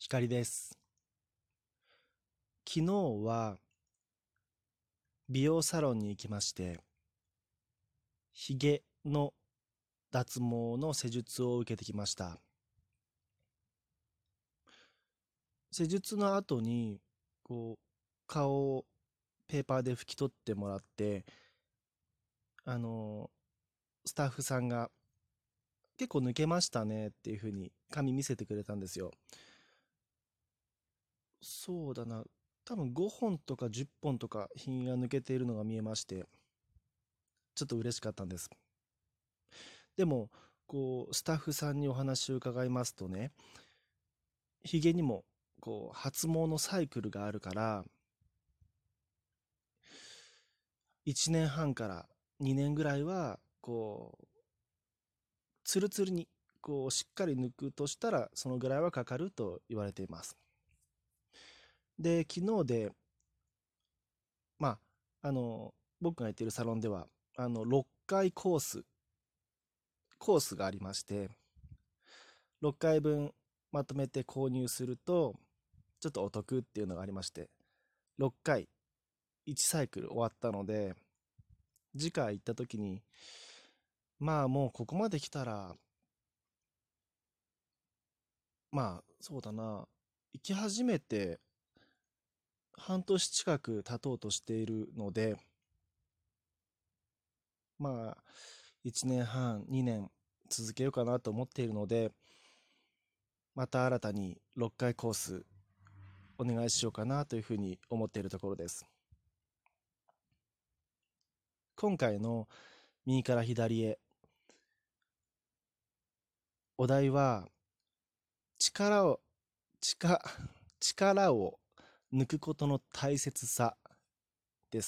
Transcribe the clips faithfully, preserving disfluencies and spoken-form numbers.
光です。昨日は美容サロンに行きまして、ヒゲの脱毛の施術を受けてきました。施術の後に、こう、顔をペーパーで拭き取ってもらって、あの、スタッフさんが結構抜けましたねっていうふうに紙見せてくれたんですよ。そうだな。多分ごほんとかじゅっぽんとかひげが抜けているのが見えまして、ちょっと嬉しかったんです。でも、こう、スタッフさんにお話を伺いますとね、ヒゲにも、こう、発毛のサイクルがあるから、いちねんはんからにねんぐらいは、こう、ツルツルに、こう、しっかり抜くとしたら、そのぐらいはかかると言われています。で、昨日で、まあ、あの、僕が行っているサロンでは、あの、ろっかいコース、コースがありまして、ろっかいぶんまとめて購入すると、ちょっとお得っていうのがありまして、ろっかい、いちサイクル終わったので、次回行った時に、まあもうここまで来たら、まあそうだな、行き始めて半年近く経とうとしているので、まあいちねんはん、にねん続けようかなと思っているので、また新たにろっかいコースお願いしようかなというふうに思っているところです。今回の右から左へ、お題は力を、力、力を抜くことの大切さです。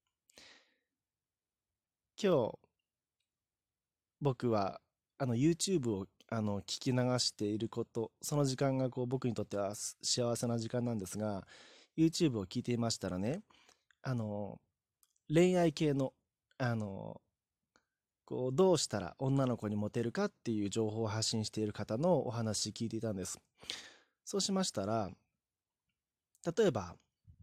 今日僕はあの YouTube をあの聞き流していること、その時間がこう僕にとってはす幸せな時間なんですが、YouTube を聞いていましたらね、あの恋愛系の、あのこうどうしたら女の子にモテるかっていう情報を発信している方のお話聞いていたんです。そうしましたら、例えば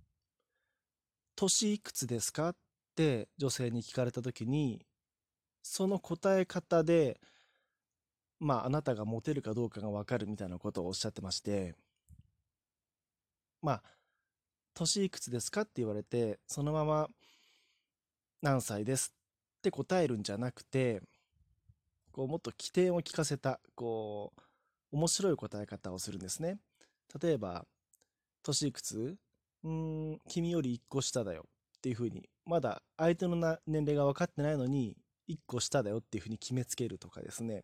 年いくつですかって女性に聞かれた時に、その答え方で、まあ、あなたがモテるかどうかがわかるみたいなことをおっしゃってまして、まあ、年いくつですかって言われて、そのまま何歳ですって答えるんじゃなくて、こう、もっと起点を聞かせた、こう、面白い答え方をするんですね。例えば、年いくつうーん、君よりいっこ下だよっていうふうに、まだ相手のな年齢が分かってないのに、いっこ下だよっていうふうに決めつけるとかですね。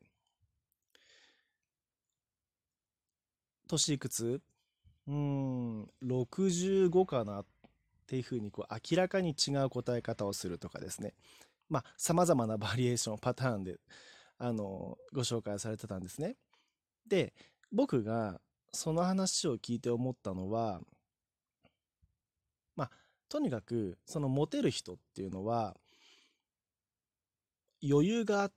年いくつうーん、ろくじゅうごかなっていうふうにこう明らかに違う答え方をするとかですね。まあ、様々なバリエーション、パターンで、あの、ご紹介されてたんですね。で、僕がその話を聞いて思ったのは、まあ、とにかく、そのモテる人っていうのは、余裕があって、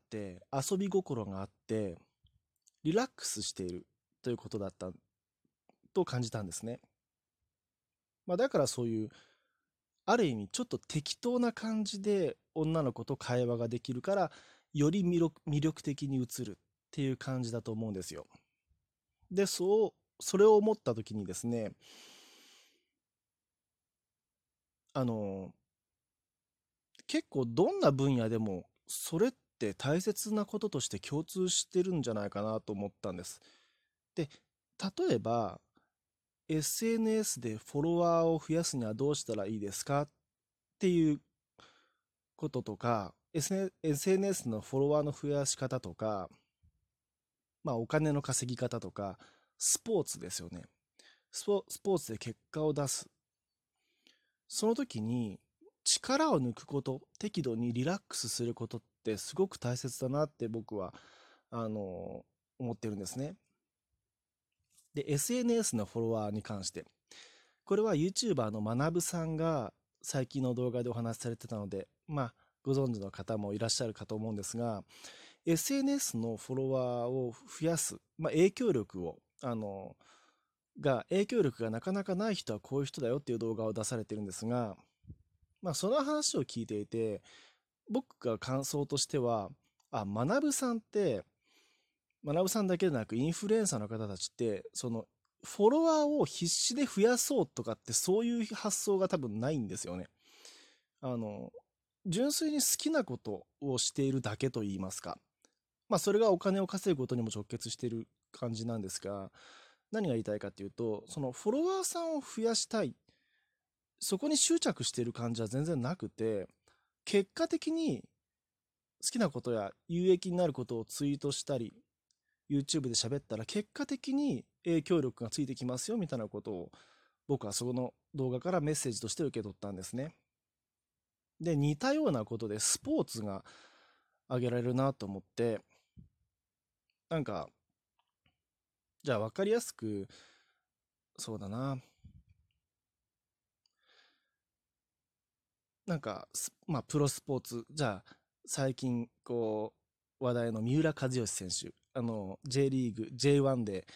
遊び心があって、リラックスしているということだったと感じたんですね。まあ、だからそういうある意味ちょっと適当な感じで女の子と会話ができるからより魅力魅力的に映るっていう感じだと思うんですよ。で、そう、それを思った時にですね、あの、結構どんな分野でもそれって大切なこととして共通してるんじゃないかなと思ったんです。で、例えば エスエヌエス でフォロワーを増やすにはどうしたらいいですかっていうこととか、エスエヌエス のフォロワーの増やし方とか、まあお金の稼ぎ方とか、スポーツですよね。スポ、スポーツで結果を出す。その時に力を抜くこと、適度にリラックスすることってすごく大切だなって僕は、あの、思ってるんですね。で、エスエヌエス のフォロワーに関して、これは YouTuber の学さんが最近の動画でお話しされてたので、まあ、ご存知の方もいらっしゃるかと思うんですが、エスエヌエス のフォロワーを増やす、まあ、影響力を、あの、 が影響力がなかなかない人はこういう人だよっていう動画を出されてるんですが、まあその話を聞いていて、僕が感想としては、あ、学さんって、学さんだけでなくインフルエンサーの方たちって、そのフォロワーを必死で増やそうとかってそういう発想が多分ないんですよね。あの、純粋に好きなことをしているだけと言いますか。まあそれがお金を稼ぐことにも直結している感じなんですが、何が言いたいかっていうと、そのフォロワーさんを増やしたい、そこに執着している感じは全然なくて、結果的に好きなことや有益になることをツイートしたり、YouTube で喋ったら結果的に影響力がついてきますよみたいなことを僕はその動画からメッセージとして受け取ったんですね。で、似たようなことでスポーツが挙げられるなと思って、なんか、じゃあ分かりやすく、そうだな、なんか、まあ、プロスポーツ、じゃあ、最近、こう、話題の三浦知良選手、あの、J リーグ、ジェイワン で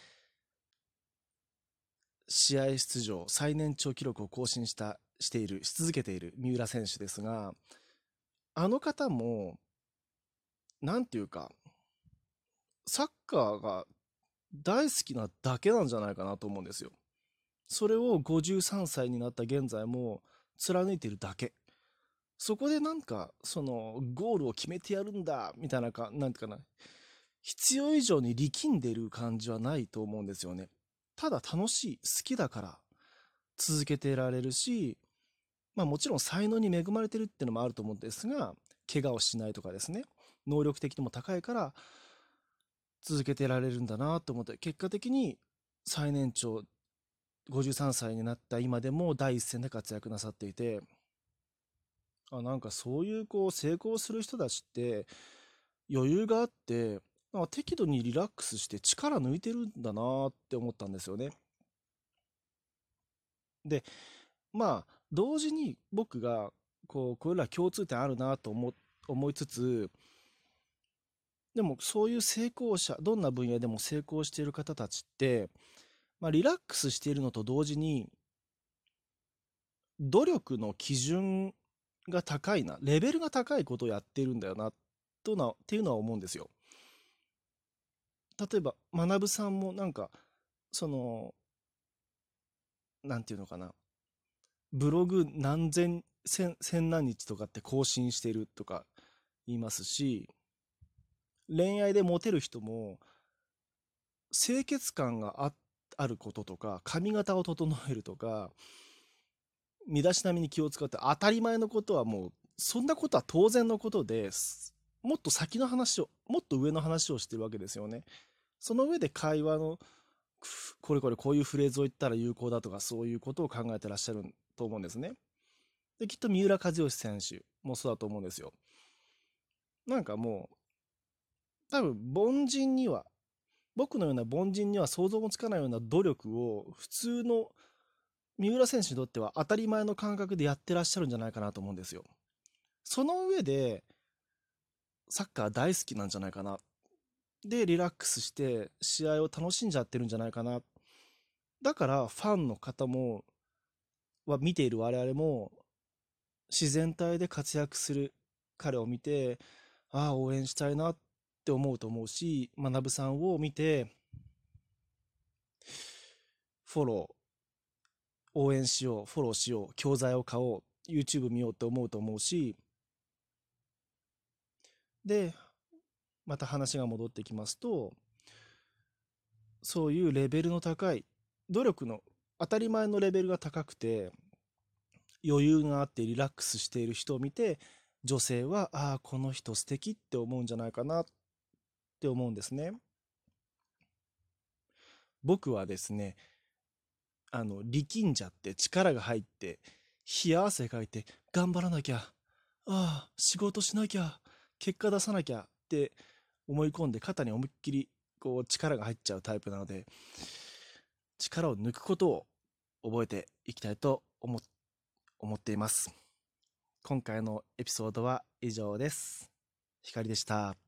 試合出場最年長記録を更新した、している、し続けている三浦選手ですが、あの方も、なんていうか、サッカーが大好きなだけなんじゃないかなと思うんですよ。それをごじゅうさんさいになった現在も貫いているだけ。そこでなんか、その、ゴールを決めてやるんだ、みたいなか、なんていうかな、必要以上に力んでる感じはないと思うんですよね。ただ楽しい、好きだから続けてられるし、まあもちろん才能に恵まれてるっていうのもあると思うんですが、怪我をしないとかですね、能力的にも高いから続けてられるんだなと思って、結果的に最年長ごじゅうさんさいになった今でも第一線で活躍なさっていて、あ、なんかそういうこう成功する人たちって余裕があって、なんか適度にリラックスして力抜いてるんだなって思ったんですよね。で、まあ、同時に僕が、こう、これら共通点あるなと思、思いつつ、でもそういう成功者、どんな分野でも成功している方たちって、まあ、リラックスしているのと同時に、努力の基準が高いな、レベルが高いことをやっているんだよな、とな、っていうのは思うんですよ。例えば、学さんもなんか、その、なんていうのかな、ブログ何千、千、千何日とかって更新してるとか言いますし、恋愛でモテる人も、清潔感があ、あることとか、髪型を整えるとか、身だしなみに気を使うって当たり前のことはもう、そんなことは当然のことです。もっと先の話を、もっと上の話をしてるわけですよね。その上で会話の、これこれこういうフレーズを言ったら有効だとか、そういうことを考えてらっしゃると思うんですね。で、きっと三浦知良選手もそうだと思うんですよ。なんかもう、多分凡人には、僕のような凡人には想像もつかないような努力を普通の三浦選手にとっては当たり前の感覚でやってらっしゃるんじゃないかなと思うんですよ。その上でサッカー大好きなんじゃないかな。で、リラックスして試合を楽しんじゃってるんじゃないかな。だからファンの方も、は見ている我々も自然体で活躍する彼を見て、ああ、応援したいなって思うと思うし、学さんを見て、フォロー、応援しよう、フォローしよう、教材を買おう、YouTube 見ようって思うと思うし、で、また話が戻ってきますと、そういうレベルの高い、努力の当たり前のレベルが高くて、余裕があってリラックスしている人を見て、女性は、ああ、この人素敵って思うんじゃないかなって思うんですね。僕はですね、あの、力んじゃって力が入って、冷や汗かいて、頑張らなきゃ、ああ、仕事しなきゃ、結果出さなきゃって思い込んで肩に思いっきりこう力が入っちゃうタイプなので、力を抜くことを覚えていきたいと思、思っています。今回のエピソードは以上です。ひかりでした。